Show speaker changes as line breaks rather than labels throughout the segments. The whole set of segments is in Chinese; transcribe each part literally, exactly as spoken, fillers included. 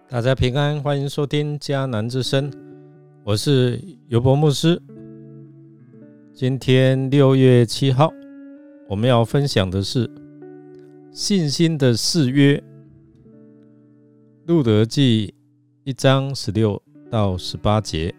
大家平安，欢迎收听迦南之声，我是尤伯牧师。今天六月七号，我们要分享的是信心的誓约。路得记一章十六到十八节。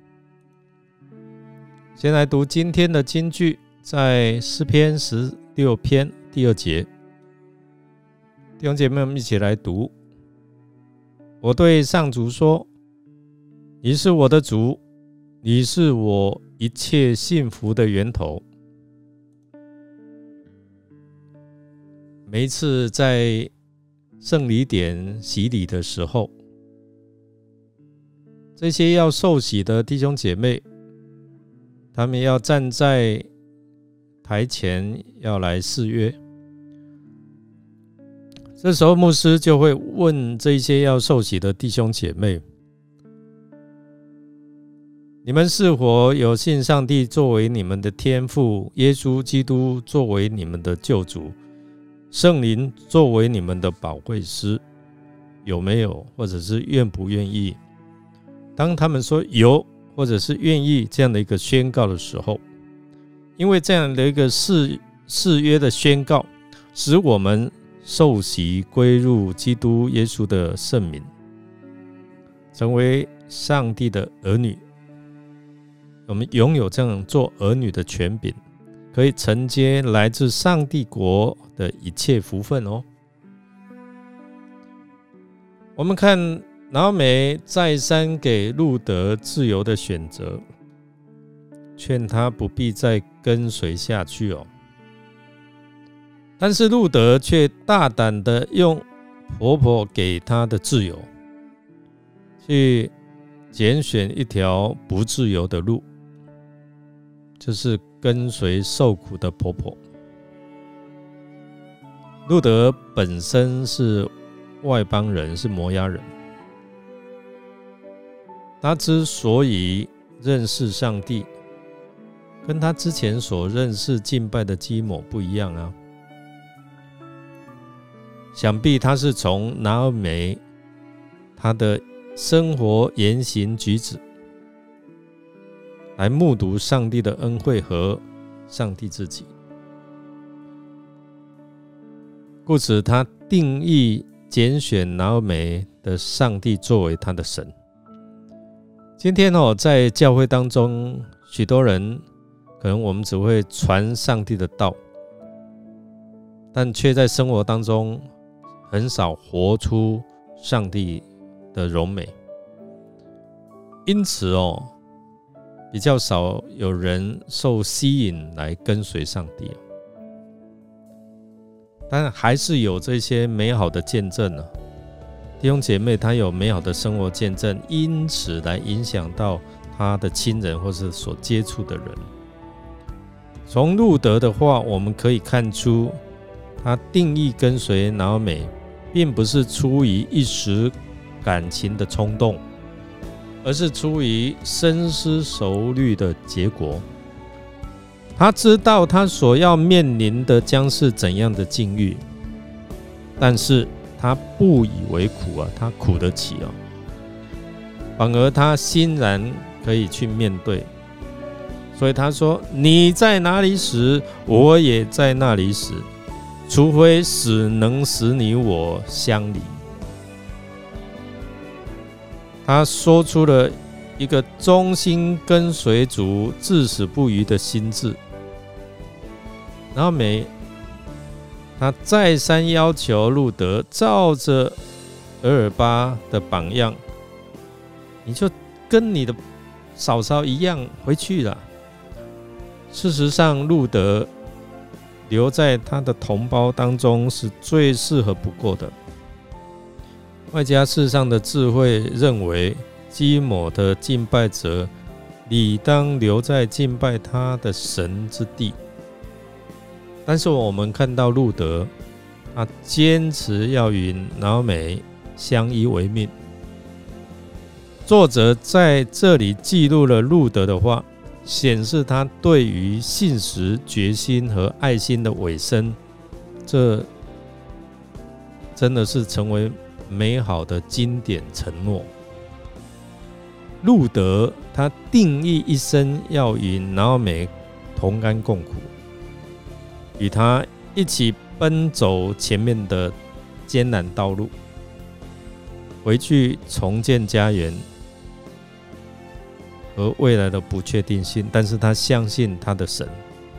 先来读今天的金句，在诗篇十六篇第二节。弟兄姐妹们一起来读。我对上主说，你是我的主，你是我一切幸福的源头。每一次在圣礼典洗礼的时候，这些要受洗的弟兄姐妹，他们要站在台前要来誓约。这时候牧师就会问这些要受洗的弟兄姐妹，你们是否有信上帝作为你们的天父，耶稣基督作为你们的救主，圣灵作为你们的保惠师？有没有，或者是愿不愿意？当他们说有，或者是愿意这样的一个宣告的时候，因为这样的一个 誓, 誓约的宣告，使我们受洗归入基督耶稣的圣名，成为上帝的儿女。我们拥有这样做儿女的权柄，可以承接来自上帝国的一切福分哦。我们看拿俄米再三给路得自由的选择，劝他不必再跟随下去哦。但是路得却大胆的用婆婆给他的自由，去拣选一条不自由的路，就是跟随受苦的婆婆。路得本身是外邦人，是摩押人，他之所以认识上帝，跟他之前所认识敬拜的基抹不一样啊。想必他是从拿俄米他的生活言行举止来目睹上帝的恩惠和上帝自己，故此他定义拣选拿俄米的上帝作为他的神。今天、哦、在教会当中，许多人可能我们只会传上帝的道，但却在生活当中很少活出上帝的荣美，因此哦，比较少有人受吸引来跟随上帝。但还是有这些美好的见证呢、啊。弟兄姐妹他有美好的生活见证，因此来影响到他的亲人或是所接触的人。从路得的话，我们可以看出，他定义跟随拿俄米，并不是出于一时感情的冲动，而是出于深思熟虑的结果。他知道他所要面临的将是怎样的境遇，但是他不以为苦啊，他苦得起啊，反而他欣然可以去面对。所以他说：“你在哪里死，我也在那里死。除非死能使你我相离。”他说出了一个忠心跟随主、至死不渝的心志。然后每他再三要求路得照着俄尔巴的榜样，你就跟你的嫂嫂一样回去了。事实上，路得留在他的同胞当中是最适合不过的。外加世上的智慧认为，基抹的敬拜者理当留在敬拜他的神之地。但是我们看到路得，他坚持要与拿俄米相依为命。作者在这里记录了路得的话，显示他对于信实、决心和爱心的委身，这真的是成为美好的经典承诺。路德他定义一生要与拿俄美同甘共苦，与他一起奔走前面的艰难道路，回去重建家园和未来的不确定性，但是他相信他的神。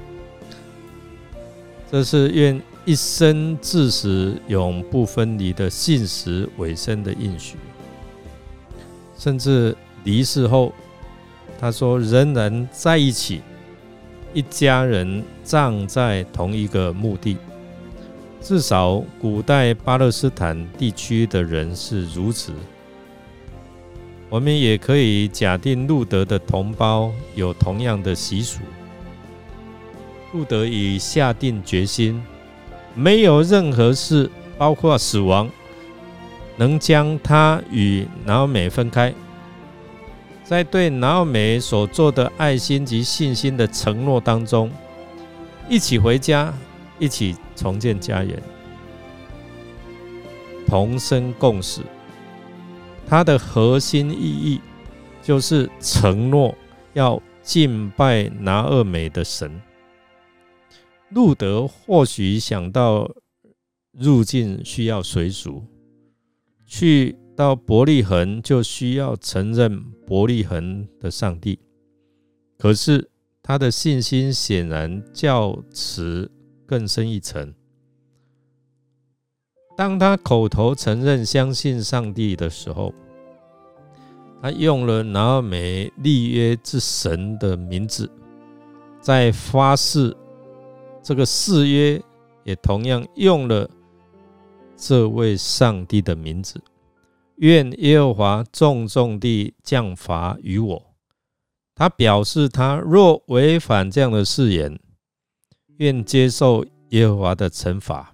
这是愿一生至死永不分离的信实委身的应许。甚至离世后，他说仍然在一起，一家人葬在同一个墓地。至少古代巴勒斯坦地区的人是如此。我们也可以假定路德的同胞有同样的习俗。路德已下定决心，没有任何事，包括死亡，能将他与拿俄美分开。在对拿俄美所做的爱心及信心的承诺当中，一起回家，一起重建家园，同生共死。它的核心意义就是承诺要敬拜拿俄美的神。路德或许想到入境需要随俗，去到伯利恒就需要承认伯利恒的上帝，可是他的信心显然较此更深一层。当他口头承认相信上帝的时候，他用了拿俄美立约之神的名字，在发誓，这个誓约也同样用了这位上帝的名字。愿耶和华重重地降罚于我。他表示他若违反这样的誓言，愿接受耶和华的惩罚。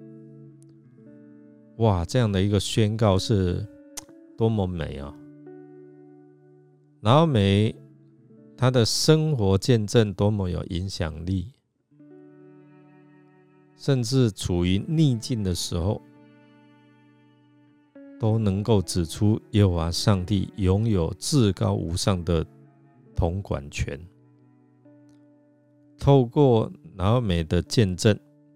哇，这样的一个宣告是多么美啊！拿俄美他的生活见证多么有影响力，甚至处于逆境的时候，都能够指出耶和华上帝拥有至高无上的统管权。透过拿俄美的见证，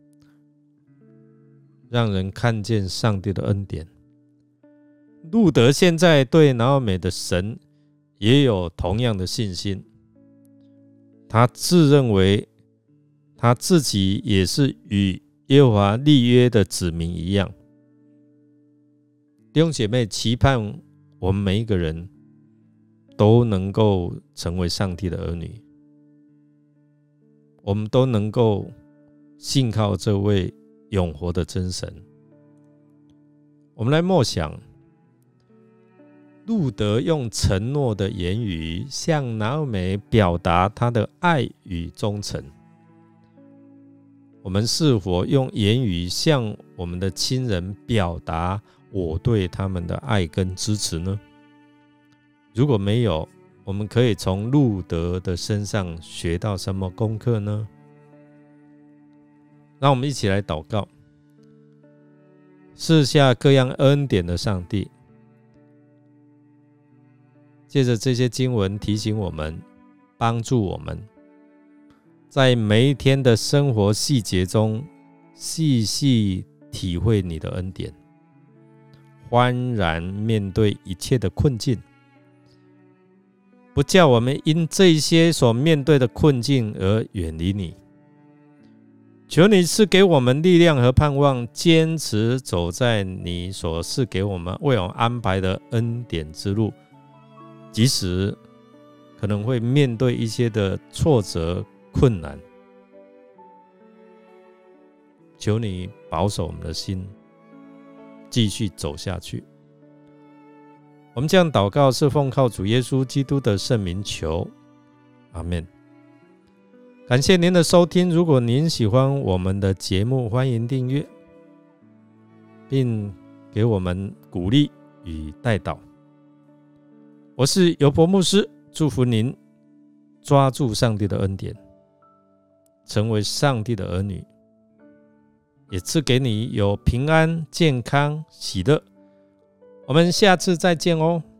让人看见上帝的恩典。路德现在对拿俄美的神也有同样的信心，他自认为他自己也是与耶和华立约的子民一样。弟兄姐妹，期盼我们每一个人都能够成为上帝的儿女，我们都能够信靠这位永活的真神。我们来默想，路德用承诺的言语向拿俄美表达他的爱与忠诚。我们是否用言语向我们的亲人表达我对他们的爱跟支持呢？如果没有，我们可以从路德的身上学到什么功课呢？让我们一起来祷告。赐下各样恩典的上帝，借着这些经文提醒我们，帮助我们在每一天的生活细节中细细体会你的恩典，欢然面对一切的困境，不叫我们因这些所面对的困境而远离你。求你赐给我们力量和盼望，坚持走在你所赐给我们为我们安排的恩典之路，即使可能会面对一些的挫折困难。求你保守我们的心，继续走下去。我们这样祷告是奉靠主耶稣基督的圣名求，阿们。感谢您的收听，如果您喜欢我们的节目，欢迎订阅并给我们鼓励与代祷。我是尤伯牧师，祝福您抓住上帝的恩典，成为上帝的儿女，也赐给你有平安、健康、喜乐， 我们下次再见哦。